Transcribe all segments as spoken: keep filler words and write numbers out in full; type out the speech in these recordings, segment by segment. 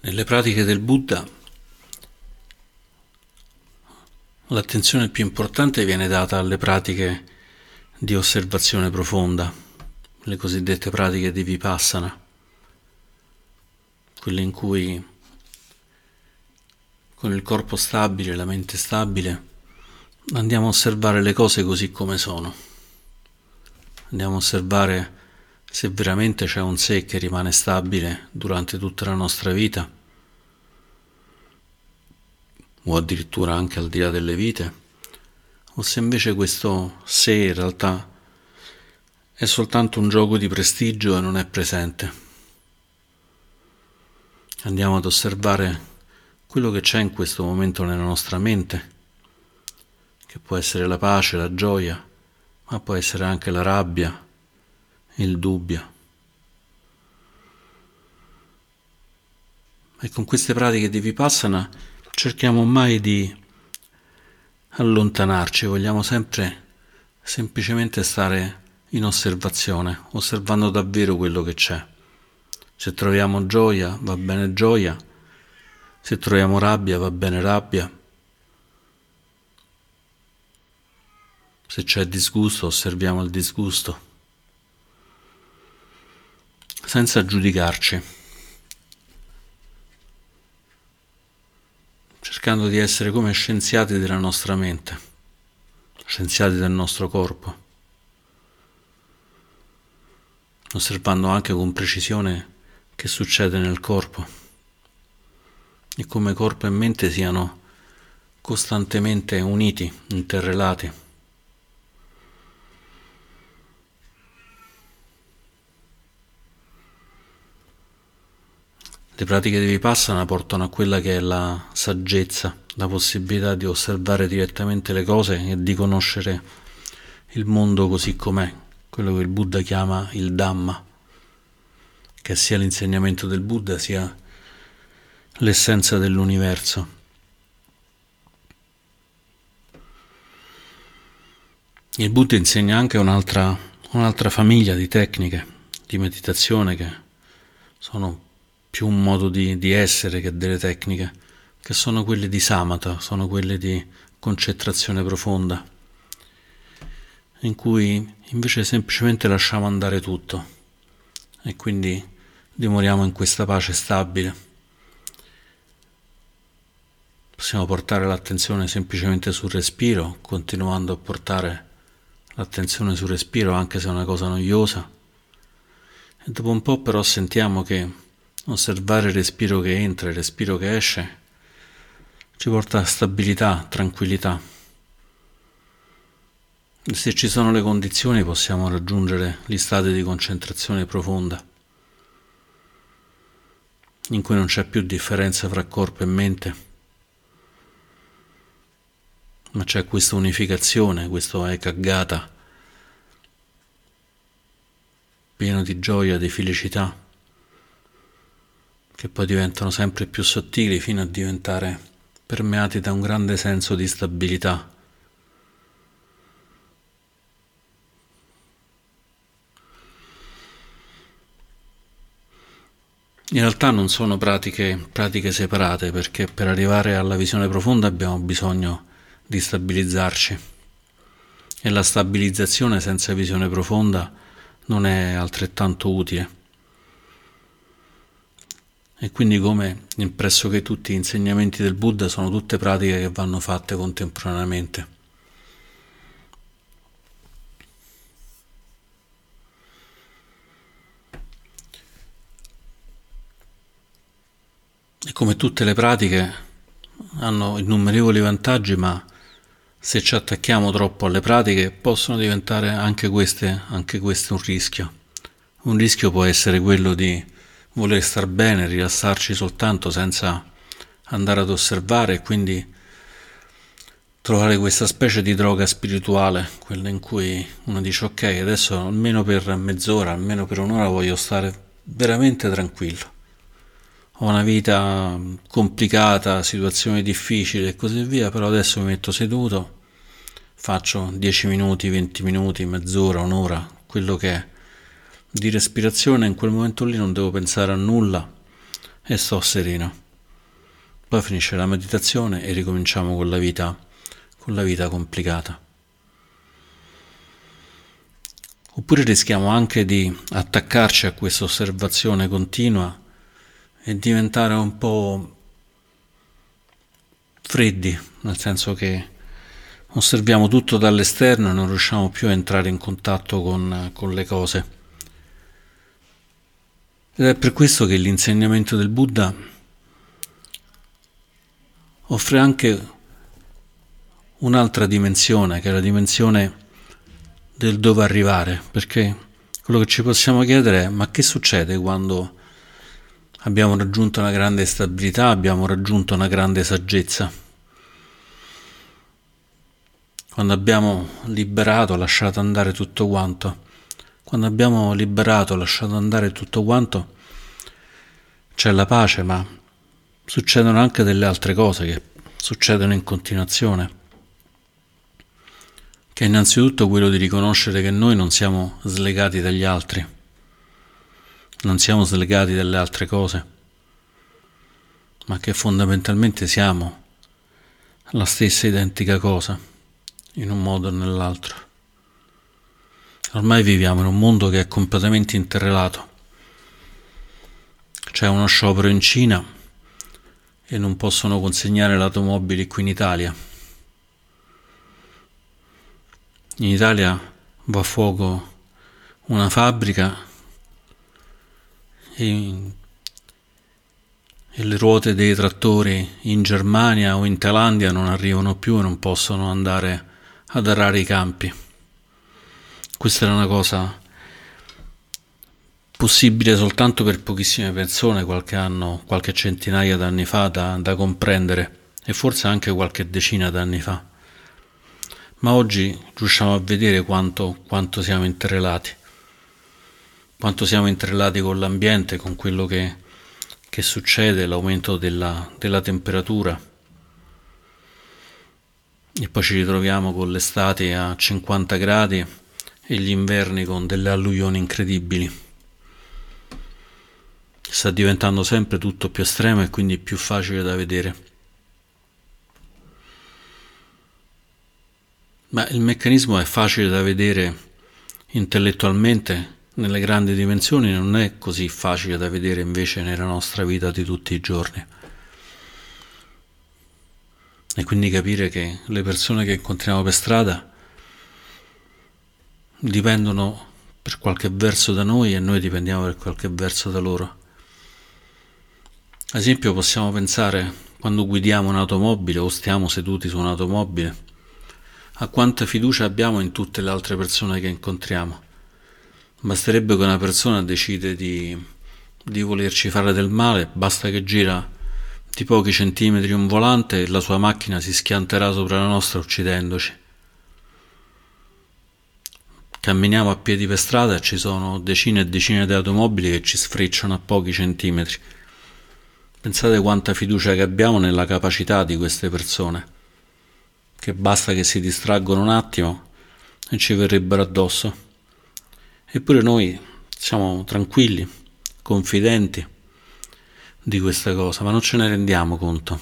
Nelle pratiche del Buddha l'attenzione più importante viene data alle pratiche di osservazione profonda, le cosiddette pratiche di Vipassana, quelle in cui con il corpo stabile, la mente stabile, andiamo a osservare le cose così come sono. Andiamo a osservare se veramente c'è un sé che rimane stabile durante tutta la nostra vita, o addirittura anche al di là delle vite, o se invece questo sé in realtà è soltanto un gioco di prestigio e non è presente. Andiamo ad osservare quello che c'è in questo momento nella nostra mente, che può essere la pace, la gioia, ma può essere anche la rabbia, il dubbio. E con queste pratiche di Vipassana cerchiamo mai di allontanarci, vogliamo sempre semplicemente stare in osservazione, osservando davvero quello che c'è. Se troviamo gioia, va bene gioia, se troviamo rabbia, va bene rabbia, se c'è disgusto, osserviamo il disgusto, senza giudicarci, cercando di essere come scienziati della nostra mente, scienziati del nostro corpo, osservando anche con precisione che succede nel corpo e come corpo e mente siano costantemente uniti, interrelati. Le pratiche di Vipassana portano a quella che è la saggezza, la possibilità di osservare direttamente le cose e di conoscere il mondo così com'è, quello che il Buddha chiama il Dhamma, che sia l'insegnamento del Buddha sia l'essenza dell'universo. Il Buddha insegna anche un'altra, un'altra famiglia di tecniche di meditazione che sono più un modo di, di essere che delle tecniche, che sono quelle di samatha, sono quelle di concentrazione profonda, in cui invece semplicemente lasciamo andare tutto e quindi dimoriamo in questa pace stabile. Possiamo portare l'attenzione semplicemente sul respiro, continuando a portare l'attenzione sul respiro anche se è una cosa noiosa, e dopo un po' però sentiamo che osservare il respiro che entra e il respiro che esce ci porta a stabilità, tranquillità. E se ci sono le condizioni possiamo raggiungere gli stati di concentrazione profonda, in cui non c'è più differenza fra corpo e mente, ma c'è questa unificazione, questo ekaggata, pieno di gioia, di felicità, che poi diventano sempre più sottili fino a diventare permeati da un grande senso di stabilità. In realtà non sono pratiche, pratiche separate, perché per arrivare alla visione profonda abbiamo bisogno di stabilizzarci e la stabilizzazione senza visione profonda non è altrettanto utile. E quindi, come in pressoché tutti gli insegnamenti del Buddha, sono tutte pratiche che vanno fatte contemporaneamente. E come tutte le pratiche hanno innumerevoli vantaggi, ma se ci attacchiamo troppo alle pratiche possono diventare anche queste, anche questo un rischio. Un rischio può essere quello di voler star bene, rilassarci soltanto senza andare ad osservare e quindi trovare questa specie di droga spirituale, quella in cui uno dice ok, adesso almeno per mezz'ora, almeno per un'ora voglio stare veramente tranquillo. Ho una vita complicata, situazioni difficili e così via, però adesso mi metto seduto, faccio dieci minuti, venti minuti, mezz'ora, un'ora, quello che è, di respirazione. In quel momento lì non devo pensare a nulla, e sto sereno. Poi finisce la meditazione e ricominciamo con la vita, con la vita complicata. Oppure rischiamo anche di attaccarci a questa osservazione continua e diventare un po' freddi, nel senso che osserviamo tutto dall'esterno e non riusciamo più a entrare in contatto con, con le cose. Ed è per questo che l'insegnamento del Buddha offre anche un'altra dimensione, che è la dimensione del dove arrivare, perché quello che ci possiamo chiedere è: ma che succede quando abbiamo raggiunto una grande stabilità, abbiamo raggiunto una grande saggezza, quando abbiamo liberato, lasciato andare tutto quanto? Quando abbiamo liberato, lasciato andare tutto quanto, c'è la pace, ma succedono anche delle altre cose che succedono in continuazione, che è innanzitutto quello di riconoscere che noi non siamo slegati dagli altri, non siamo slegati dalle altre cose, ma che fondamentalmente siamo la stessa identica cosa, in un modo o nell'altro. Ormai viviamo in un mondo che è completamente interrelato. C'è uno sciopero in Cina e non possono consegnare le automobili qui in Italia. In Italia va a fuoco una fabbrica e, e le ruote dei trattori in Germania o in Thailandia non arrivano più e non possono andare ad arare i campi. Questa era una cosa possibile soltanto per pochissime persone qualche anno, qualche centinaia d'anni fa da, da comprendere, e forse anche qualche decina d'anni fa. Ma oggi riusciamo a vedere quanto, quanto siamo interrelati, quanto siamo interrelati con l'ambiente, con quello che, che succede, l'aumento della, della temperatura, e poi ci ritroviamo con l'estate a cinquanta gradi e gli inverni con delle alluvioni incredibili. Sta diventando sempre tutto più estremo e quindi più facile da vedere. Ma il meccanismo è facile da vedere intellettualmente nelle grandi dimensioni, non è così facile da vedere invece nella nostra vita di tutti i giorni. E quindi capire che le persone che incontriamo per strada dipendono per qualche verso da noi e noi dipendiamo per qualche verso da loro. Ad esempio possiamo pensare, quando guidiamo un'automobile o stiamo seduti su un'automobile, a quanta fiducia abbiamo in tutte le altre persone che incontriamo. Basterebbe che una persona decide di, di volerci fare del male, basta che gira di pochi centimetri un volante e la sua macchina si schianterà sopra la nostra uccidendoci. Camminiamo a piedi per strada e ci sono decine e decine di automobili che ci sfrecciano a pochi centimetri. Pensate quanta fiducia che abbiamo nella capacità di queste persone, che basta che si distraggono un attimo e ci verrebbero addosso. Eppure noi siamo tranquilli, confidenti di questa cosa, ma non ce ne rendiamo conto.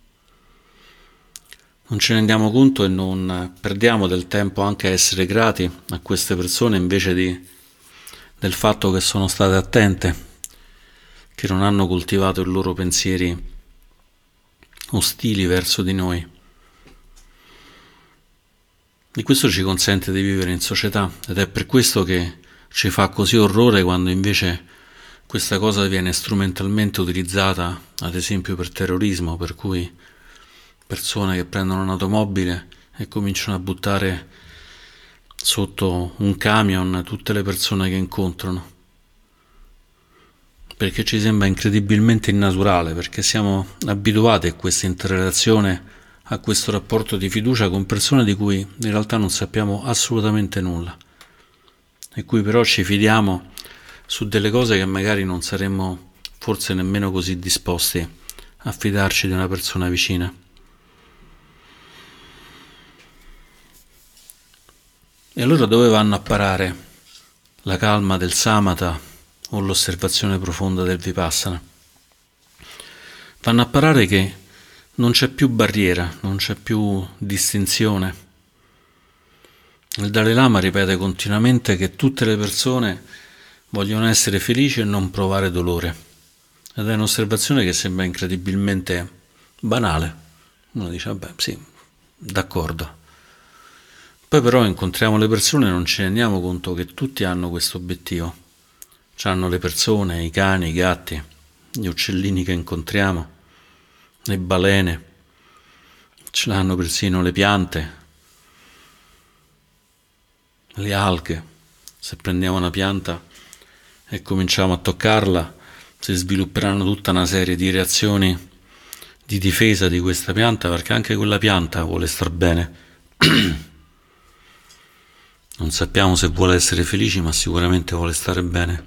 Non ce ne rendiamo conto e non perdiamo del tempo anche a essere grati a queste persone invece di, del fatto che sono state attente, che non hanno coltivato i loro pensieri ostili verso di noi. E questo ci consente di vivere in società, ed è per questo che ci fa così orrore quando invece questa cosa viene strumentalmente utilizzata, ad esempio per terrorismo, per cui persone che prendono un'automobile e cominciano a buttare sotto un camion tutte le persone che incontrano, perché ci sembra incredibilmente innaturale, perché siamo abituati a questa interrelazione, a questo rapporto di fiducia con persone di cui in realtà non sappiamo assolutamente nulla, e cui però ci fidiamo su delle cose che magari non saremmo forse nemmeno così disposti a fidarci di una persona vicina. E allora dove vanno a parare la calma del samatha o l'osservazione profonda del vipassana? vanno a parare che non c'è più barriera, non c'è più distinzione. Il Dalai Lama ripete continuamente che tutte le persone vogliono essere felici e non provare dolore. Ed è un'osservazione che sembra incredibilmente banale. Uno dice, vabbè, sì, d'accordo. Poi però incontriamo le persone e non ci rendiamo conto che tutti hanno questo obiettivo. C'hanno le persone, i cani, i gatti, gli uccellini che incontriamo, le balene, ce l'hanno persino le piante, le alghe. Se prendiamo una pianta e cominciamo a toccarla, si svilupperanno tutta una serie di reazioni di difesa di questa pianta, perché anche quella pianta vuole star bene. Non sappiamo se vuole essere felice, ma sicuramente vuole stare bene.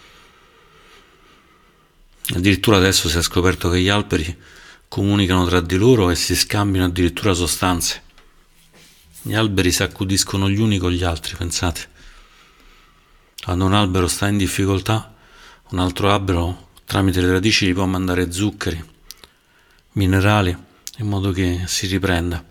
Addirittura adesso si è scoperto che gli alberi comunicano tra di loro e si scambiano addirittura sostanze. Gli alberi si accudiscono gli uni con gli altri, pensate. Quando un albero sta in difficoltà, un altro albero tramite le radici gli può mandare zuccheri, minerali, in modo che si riprenda.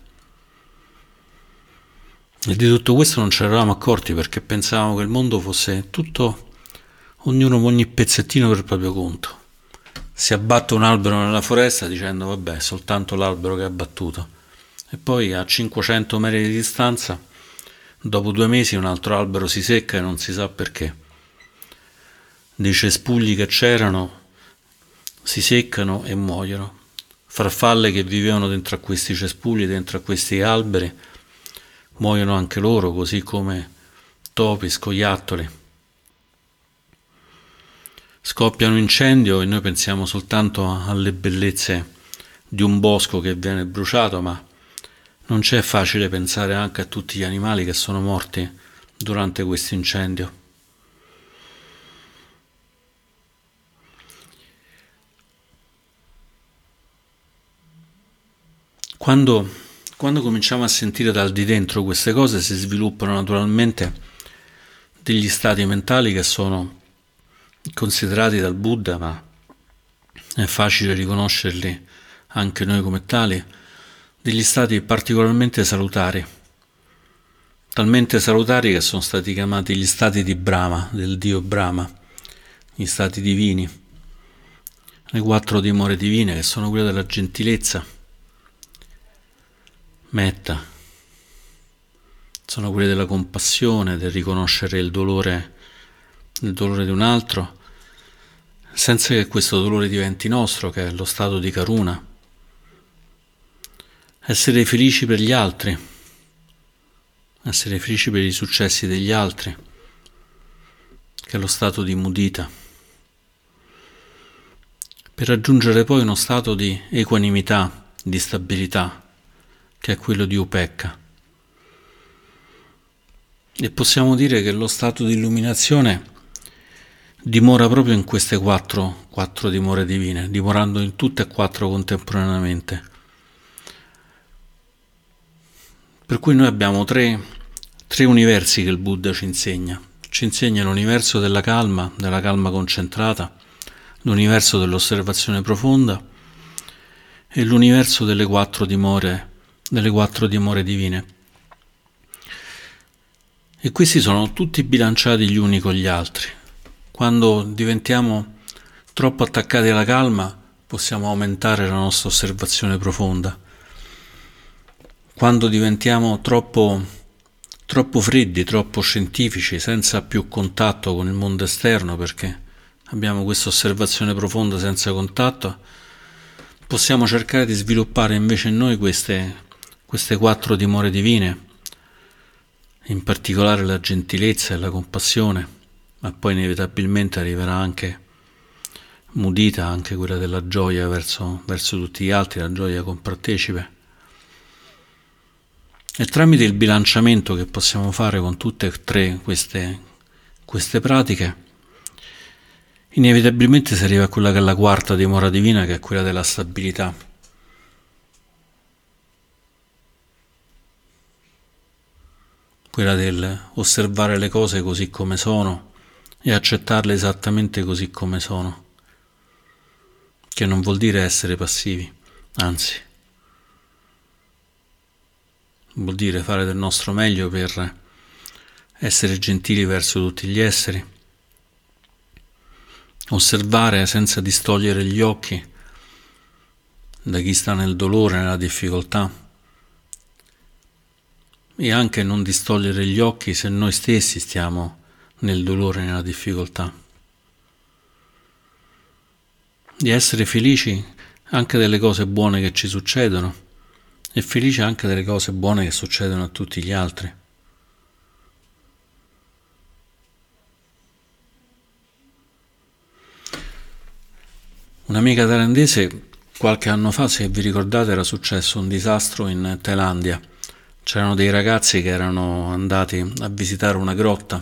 E di tutto questo non ci eravamo accorti, perché pensavamo che il mondo fosse tutto, ognuno ogni pezzettino per il proprio conto. Si abbatte un albero nella foresta dicendo vabbè, è soltanto l'albero che è abbattuto, e poi a cinquecento metri di distanza, dopo due mesi, un altro albero si secca e non si sa perché. Dei cespugli che c'erano si seccano e muoiono. Farfalle che vivevano dentro a questi cespugli, dentro a questi alberi, muoiono anche loro, così come topi, scoiattoli. Scoppia un incendio e noi pensiamo soltanto alle bellezze di un bosco che viene bruciato, ma non c'è facile pensare anche a tutti gli animali che sono morti durante questo incendio. Quando, quando cominciamo a sentire dal di dentro queste cose, si sviluppano naturalmente degli stati mentali che sono considerati dal Buddha, ma è facile riconoscerli anche noi come tali, degli stati particolarmente salutari, talmente salutari che sono stati chiamati gli stati di Brahma, del dio Brahma, gli stati divini, le quattro dimore divine, che sono quelle della gentilezza, metta, sono quelle della compassione, del riconoscere il dolore, il dolore di un altro, senza che questo dolore diventi nostro, che è lo stato di Karuna. Essere felici per gli altri, essere felici per i successi degli altri, che è lo stato di mudita, per raggiungere poi uno stato di equanimità, di stabilità, che è quello di upekka. E possiamo dire che lo stato di illuminazione dimora proprio in queste quattro, quattro dimore divine, dimorando in tutte e quattro contemporaneamente. Per cui noi abbiamo tre, tre universi che il Buddha ci insegna. Ci insegna l'universo della calma, della calma concentrata, l'universo dell'osservazione profonda e l'universo delle quattro dimore delle quattro dimore divine. E questi sono tutti bilanciati gli uni con gli altri. Quando diventiamo troppo attaccati alla calma, possiamo aumentare la nostra osservazione profonda. Quando diventiamo troppo, troppo freddi, troppo scientifici, senza più contatto con il mondo esterno, perché abbiamo questa osservazione profonda senza contatto, possiamo cercare di sviluppare invece in noi queste queste quattro dimore divine, in particolare la gentilezza e la compassione, ma poi inevitabilmente arriverà anche mudita, anche quella della gioia verso, verso tutti gli altri, la gioia compartecipe. E tramite il bilanciamento che possiamo fare con tutte e tre queste, queste pratiche, inevitabilmente si arriva a quella che è la quarta dimora divina, che è quella della stabilità. Quella del osservare le cose così come sono e accettarle esattamente così come sono, che non vuol dire essere passivi, anzi, vuol dire fare del nostro meglio per essere gentili verso tutti gli esseri, osservare senza distogliere gli occhi da chi sta nel dolore, nella difficoltà, e anche non distogliere gli occhi se noi stessi stiamo nel dolore e nella difficoltà, di essere felici anche delle cose buone che ci succedono e felici anche delle cose buone che succedono a tutti gli altri. Un'amica thailandese qualche anno fa, se vi ricordate, era successo un disastro in Thailandia. C'erano dei ragazzi che erano andati a visitare una grotta,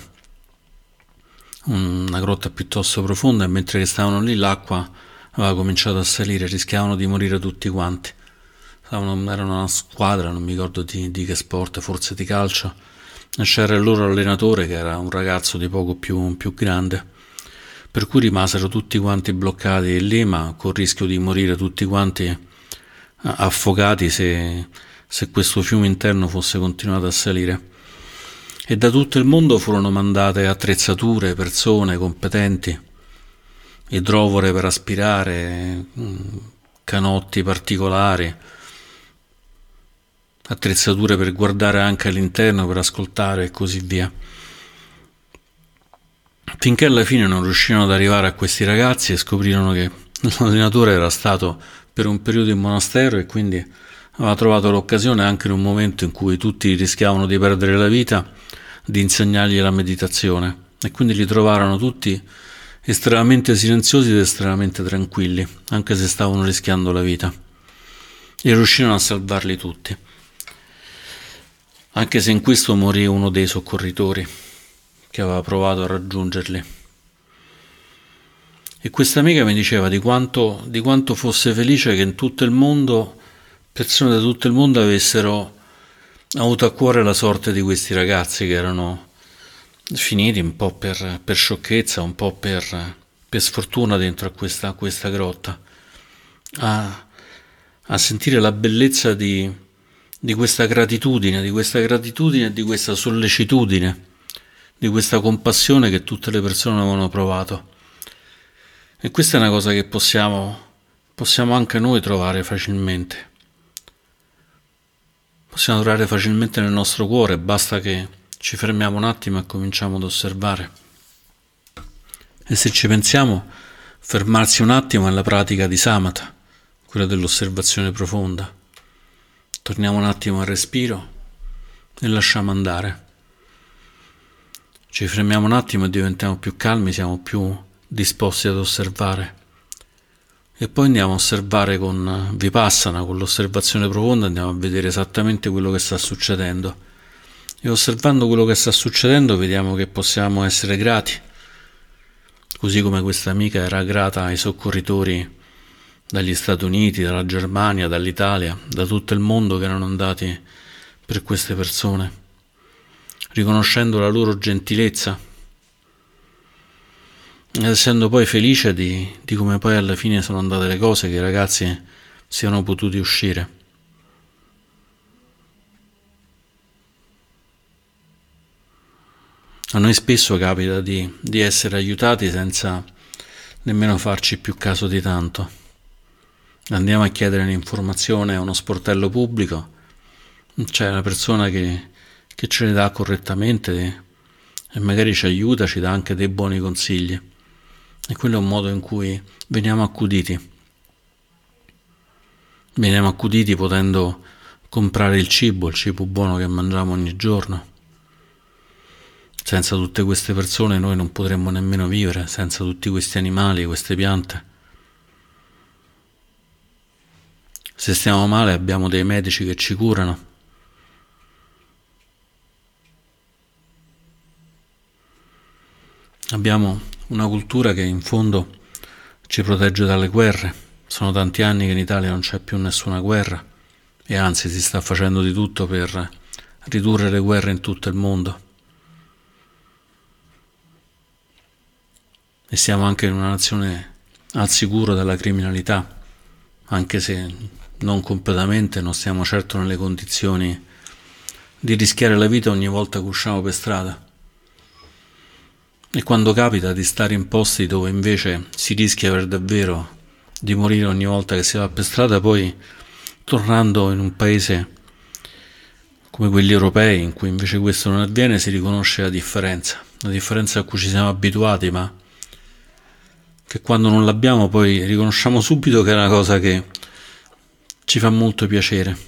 una grotta piuttosto profonda, e mentre che stavano lì l'acqua aveva cominciato a salire, rischiavano di morire tutti quanti. Stavano, erano una squadra, non mi ricordo di, di che sport, forse di calcio, e c'era il loro allenatore che era un ragazzo di poco più, più grande, per cui rimasero tutti quanti bloccati lì, ma col rischio di morire tutti quanti affogati se, se questo fiume interno fosse continuato a salire. E da tutto il mondo furono mandate attrezzature, persone competenti, idrovore per aspirare, canotti particolari, attrezzature per guardare anche all'interno, per ascoltare e così via, finché alla fine non riuscirono ad arrivare a questi ragazzi e scoprirono che l'allenatore era stato per un periodo in monastero e quindi aveva trovato l'occasione, anche in un momento in cui tutti rischiavano di perdere la vita, di insegnargli la meditazione, e quindi li trovarono tutti estremamente silenziosi ed estremamente tranquilli, anche se stavano rischiando la vita, e riuscirono a salvarli tutti, anche se in questo morì uno dei soccorritori che aveva provato a raggiungerli. E questa amica mi diceva di quanto, di quanto fosse felice che in tutto il mondo, persone da tutto il mondo avessero avuto a cuore la sorte di questi ragazzi che erano finiti un po' per, per sciocchezza, un po' per, per sfortuna dentro a questa, a questa grotta, a, a sentire la bellezza di, di questa gratitudine, di questa gratitudine e di questa sollecitudine, di questa compassione che tutte le persone avevano provato. E questa è una cosa che possiamo, possiamo anche noi trovare facilmente. Possiamo trovare facilmente nel nostro cuore, basta che ci fermiamo un attimo e cominciamo ad osservare. E se ci pensiamo, fermarsi un attimo è la pratica di samatha, quella dell'osservazione profonda. Torniamo un attimo al respiro e lasciamo andare. Ci fermiamo un attimo e diventiamo più calmi, siamo più disposti ad osservare. E poi andiamo a osservare con Vipassana, con l'osservazione profonda, andiamo a vedere esattamente quello che sta succedendo. E osservando quello che sta succedendo vediamo che possiamo essere grati, così come questa amica era grata ai soccorritori dagli Stati Uniti, dalla Germania, dall'Italia, da tutto il mondo che erano andati per queste persone, riconoscendo la loro gentilezza ed essendo poi felice di, di come poi alla fine sono andate le cose, che i ragazzi siano potuti uscire. A noi spesso capita di, di essere aiutati senza nemmeno farci più caso di tanto. Andiamo a chiedere un'informazione a uno sportello pubblico, c'è una persona che, che ce le dà correttamente e magari ci aiuta, ci dà anche dei buoni consigli, e quello è un modo in cui veniamo accuditi. Veniamo accuditi potendo comprare il cibo, il cibo buono che mangiamo ogni giorno. Senza tutte queste persone noi non potremmo nemmeno vivere, senza tutti questi animali, queste piante. Se stiamo male abbiamo dei medici che ci curano. Abbiamo una cultura che in fondo ci protegge dalle guerre. Sono tanti anni che in Italia non c'è più nessuna guerra e anzi si sta facendo di tutto per ridurre le guerre in tutto il mondo. E siamo anche in una nazione al sicuro dalla criminalità, anche se non completamente, non siamo certo nelle condizioni di rischiare la vita ogni volta che usciamo per strada. E quando capita di stare in posti dove invece si rischia per davvero di morire ogni volta che si va per strada, poi tornando in un paese come quelli europei in cui invece questo non avviene, si riconosce la differenza, la differenza a cui ci siamo abituati, ma che quando non l'abbiamo poi riconosciamo subito che è una cosa che ci fa molto piacere.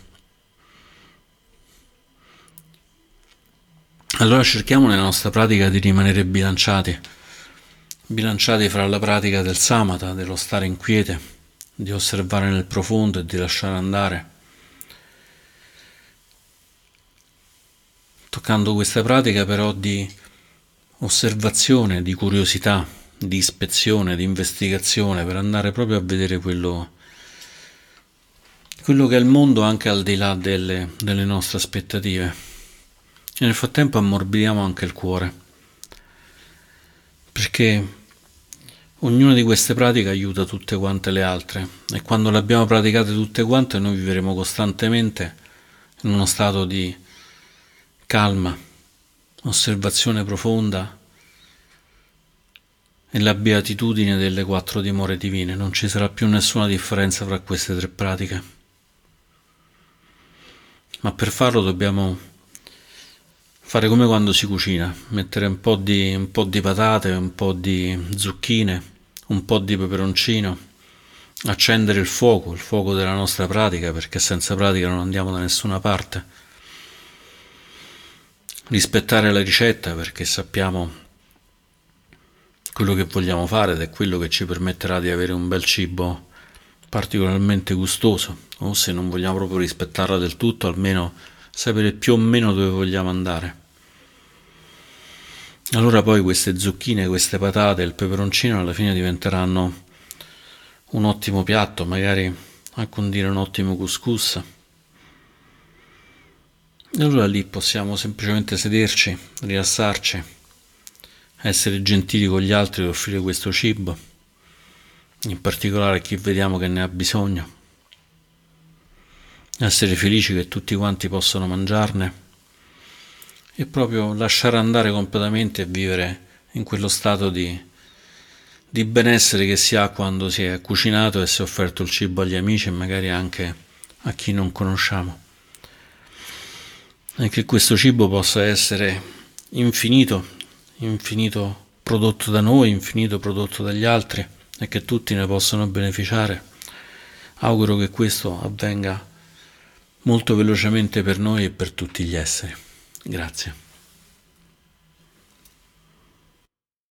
Allora cerchiamo nella nostra pratica di rimanere bilanciati, bilanciati fra la pratica del samatha, dello stare in quiete, di osservare nel profondo e di lasciare andare, toccando questa pratica però di osservazione, di curiosità, di ispezione, di investigazione, per andare proprio a vedere quello, quello che è il mondo anche al di là delle, delle nostre aspettative. E nel frattempo ammorbidiamo anche il cuore, perché ognuna di queste pratiche aiuta tutte quante le altre, e quando le abbiamo praticate tutte quante noi vivremo costantemente in uno stato di calma, osservazione profonda e la beatitudine delle quattro dimore divine. Non ci sarà più nessuna differenza fra queste tre pratiche, ma per farlo dobbiamo fare come quando si cucina, mettere un po' di, un po' di patate, un po' di zucchine, un po' di peperoncino, accendere il fuoco, il fuoco della nostra pratica, perché senza pratica non andiamo da nessuna parte, rispettare la ricetta perché sappiamo quello che vogliamo fare ed è quello che ci permetterà di avere un bel cibo particolarmente gustoso, o se non vogliamo proprio rispettarla del tutto, almeno sapere più o meno dove vogliamo andare. Allora poi queste zucchine, queste patate, il peperoncino alla fine diventeranno un ottimo piatto, magari a condire un ottimo couscous. E allora lì possiamo semplicemente sederci, rilassarci, essere gentili con gli altri e offrire questo cibo, in particolare a chi vediamo che ne ha bisogno, essere felici che tutti quanti possano mangiarne e proprio lasciare andare completamente e vivere in quello stato di, di benessere che si ha quando si è cucinato e si è offerto il cibo agli amici e magari anche a chi non conosciamo. E che questo cibo possa essere infinito, infinito prodotto da noi, infinito prodotto dagli altri e che tutti ne possano beneficiare. Auguro che questo avvenga molto velocemente per noi e per tutti gli esseri. Grazie.